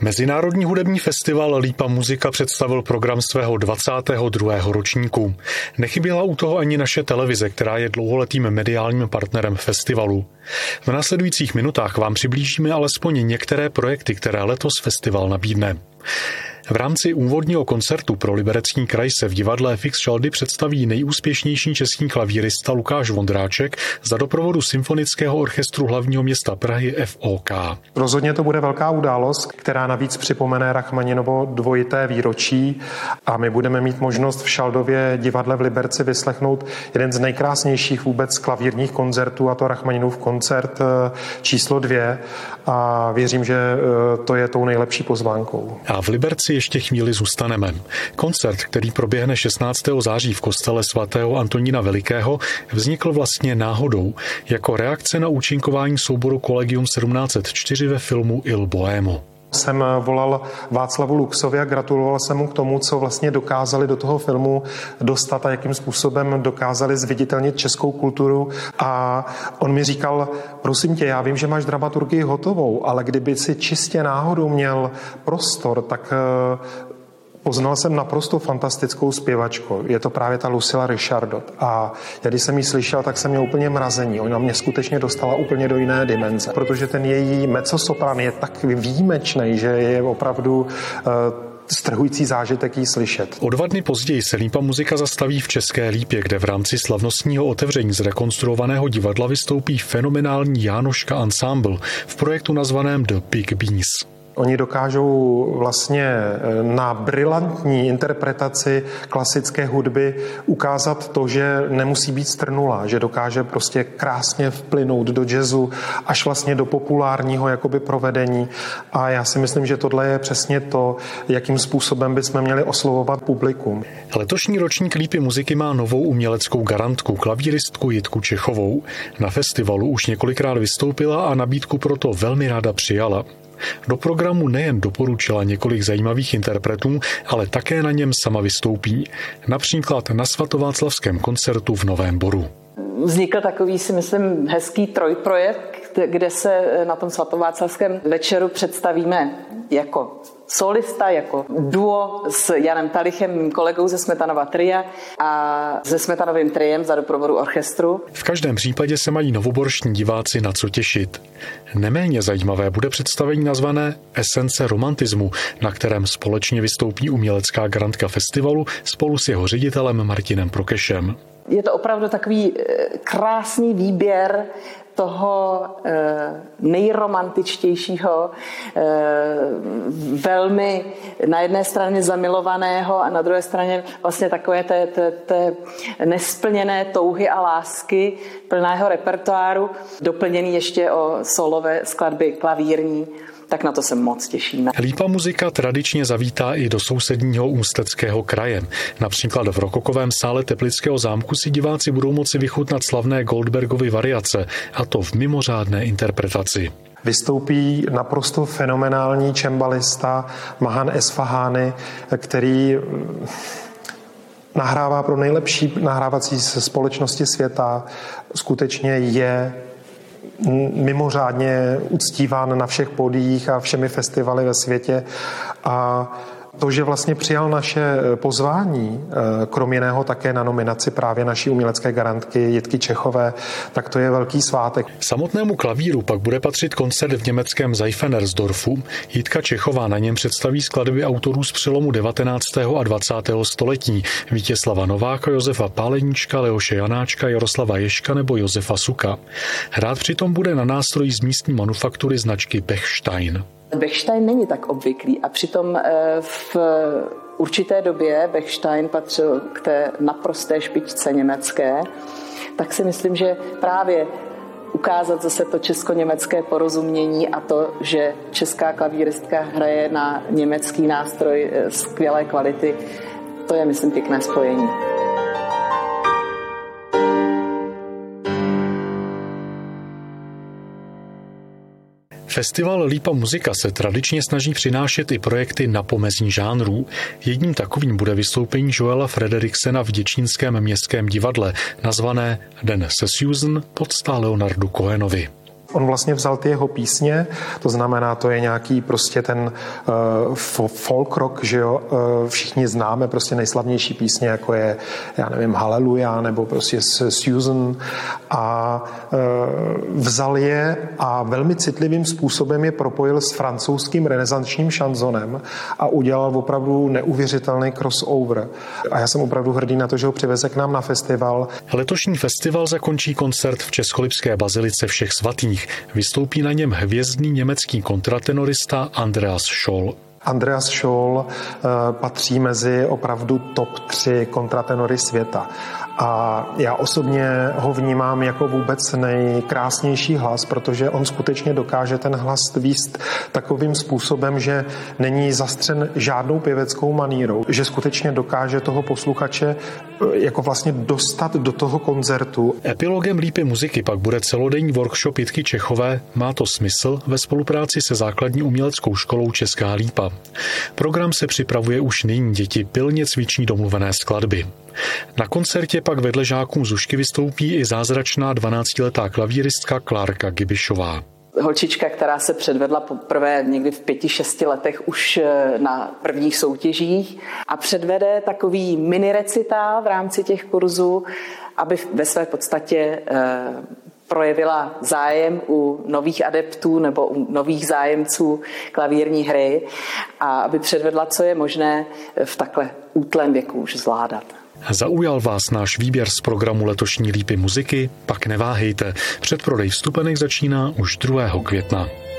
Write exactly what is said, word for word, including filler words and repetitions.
Mezinárodní hudební festival Lípa Muzika představil program svého dvacátého druhého ročníku. Nechyběla u toho ani naše televize, která je dlouholetým mediálním partnerem festivalu. V následujících minutách vám přiblížíme alespoň některé projekty, které letos festival nabídne. V rámci úvodního koncertu pro Liberecký kraj se v divadle Fix Šaldy představí nejúspěšnější český klavírista Lukáš Vondráček za doprovodu Symfonického orchestru hlavního města Prahy F O K. Rozhodně to bude velká událost, která navíc připomene Rachmaninovo dvojité výročí a my budeme mít možnost v Šaldově divadle v Liberci vyslechnout jeden z nejkrásnějších vůbec klavírních koncertů, a to Rachmaninův koncert číslo dvě, a věřím, že to je tou nejlepší pozvánkou. A v Liberci ještě chvíli zůstaneme. Koncert, který proběhne šestnáctého září v kostele svatého Antonína Velikého, vznikl vlastně náhodou, jako reakce na účinkování souboru Collegium sedmnáct set čtyři ve filmu Il Bohémo. Jsem volal Václavu Luxovi a gratuloval jsem mu k tomu, co vlastně dokázali do toho filmu dostat a jakým způsobem dokázali zviditelnit českou kulturu. A on mi říkal, prosím tě, já vím, že máš dramaturgii hotovou, ale kdyby si čistě náhodou měl prostor, tak poznal jsem naprosto fantastickou zpěvačku. Je to právě ta Lucilla Richardot. A já, když jsem ji slyšel, tak jsem měl úplně mrazení. Ona mě skutečně dostala úplně do jiné dimenze, protože ten její mezzosopran je tak výjimečný, že je opravdu uh, strhující zážitek jí slyšet. O dva dny později se Lípa Muzika zastaví v České Lípě, kde v rámci slavnostního otevření zrekonstruovaného divadla vystoupí fenomenální Jánoška Ensemble v projektu nazvaném The Big Beans. Oni dokážou vlastně na brilantní interpretaci klasické hudby ukázat to, že nemusí být strnulá, že dokáže prostě krásně vplynout do jazzu až vlastně do populárního jakoby provedení. A já si myslím, že tohle je přesně to, jakým způsobem bychom měli oslovovat publikum. Letošní ročník Lípy Muziky má novou uměleckou garantku, klavíristku Jitku Čechovou. Na festivalu už několikrát vystoupila a nabídku proto velmi ráda přijala. Do programu nejen doporučila několik zajímavých interpretů, ale také na něm sama vystoupí. Například na svatováclavském koncertu v Novém Boru. Vznikl takový, si myslím, hezký trojprojekt, kde se na tom svatováclavském večeru představíme jako solista, jako duo s Janem Talichem, mým kolegou ze Smetanova tria, a se Smetanovým triem za doprovodu orchestru. V každém případě se mají novoborští diváci na co těšit. Neméně zajímavé bude představení nazvané Esence romantismu, na kterém společně vystoupí umělecká garantka festivalu spolu s jeho ředitelem Martinem Prokešem. Je to opravdu takový krásný výběr toho nejromantičtějšího, velmi na jedné straně zamilovaného a na druhé straně vlastně takové té, té, té nesplněné touhy a lásky plného repertoáru, doplněný ještě o solové skladby klavírní. Tak na to se moc těšíme. Lípa Muzika tradičně zavítá i do sousedního Ústeckého kraje. Například v rokokovém sále Teplického zámku si diváci budou moci vychutnat slavné Goldbergovy variace, a to v mimořádné interpretaci. Vystoupí naprosto fenomenální čembalista Mahan Esfahani, který nahrává pro nejlepší nahrávací společnosti světa. Skutečně je mimořádně uctíván na všech pódiích a všemi festivaly ve světě. A to, že vlastně přijal naše pozvání, krom jiného také na nominaci právě naší umělecké garantky Jitky Čechové, tak to je velký svátek. Samotnému klavíru pak bude patřit koncert v německém Seifenersdorfu. Jitka Čechová na něm představí skladby autorů z přelomu devatenáctého a dvacátého století. Vítězslava Nováka, Josefa Páleníčka, Leoše Janáčka, Jaroslava Ježka nebo Josefa Suka. Hrát přitom bude na nástroji z místní manufaktury značky Bechstein. Bechstein není tak obvyklý a přitom v určité době Bechstein patřil k té naprosté špičce německé, tak si myslím, že právě ukázat zase to česko-německé porozumění a to, že česká klavíristka hraje na německý nástroj skvělé kvality, to je, myslím, pěkné spojení. Festival Lípa Muzika se tradičně snaží přinášet i projekty na pomezí žánrů. Jedním takovým bude vystoupení Joela Frederiksena v děčínském městském divadle, nazvané Den se Susan podstá Leonardu Cohenovi. On vlastně vzal ty jeho písně, to znamená, to je nějaký prostě ten uh, folk rock, že jo, uh, všichni známe prostě nejslavnější písně, jako je, já nevím, Hallelujah, nebo prostě Susan, a uh, vzal je a velmi citlivým způsobem je propojil s francouzským renesančním šanzonem a udělal opravdu neuvěřitelný crossover. A já jsem opravdu hrdý na to, že ho přiveze k nám na festival. Letošní festival zakončí koncert v Českolipské bazilice Všech svatých. Vystoupí na něm hvězdný německý kontratenorista Andreas Scholl. Andreas Scholl uh, patří mezi opravdu top tři kontratenory světa. A já osobně ho vnímám jako vůbec nejkrásnější hlas, protože on skutečně dokáže ten hlas výst takovým způsobem, že není zastřen žádnou pěveckou manírou, že skutečně dokáže toho posluchače jako vlastně dostat do toho koncertu. Epilogem Lípy muziky pak bude celodenní workshop Jitky Čechové Má to smysl ve spolupráci se základní uměleckou školou Česká Lípa. Program se připravuje už nyní, děti pilně cvičí domluvené skladby. Na koncertě pak vedle žákům Zušky vystoupí i zázračná dvanáctiletá klavíristka Klárka Gibišová. Holčička, která se předvedla poprvé někdy v pěti, šesti letech už na prvních soutěžích a předvede takový mini recitál v rámci těch kurzů, aby ve své podstatě projevila zájem u nových adeptů nebo u nových zájemců klavírní hry a aby předvedla, co je možné v takhle útlém věku už zvládat. Zaujal vás náš výběr z programu letošní Lípy muziky? Pak neváhejte. Předprodej vstupenek začíná už druhého května.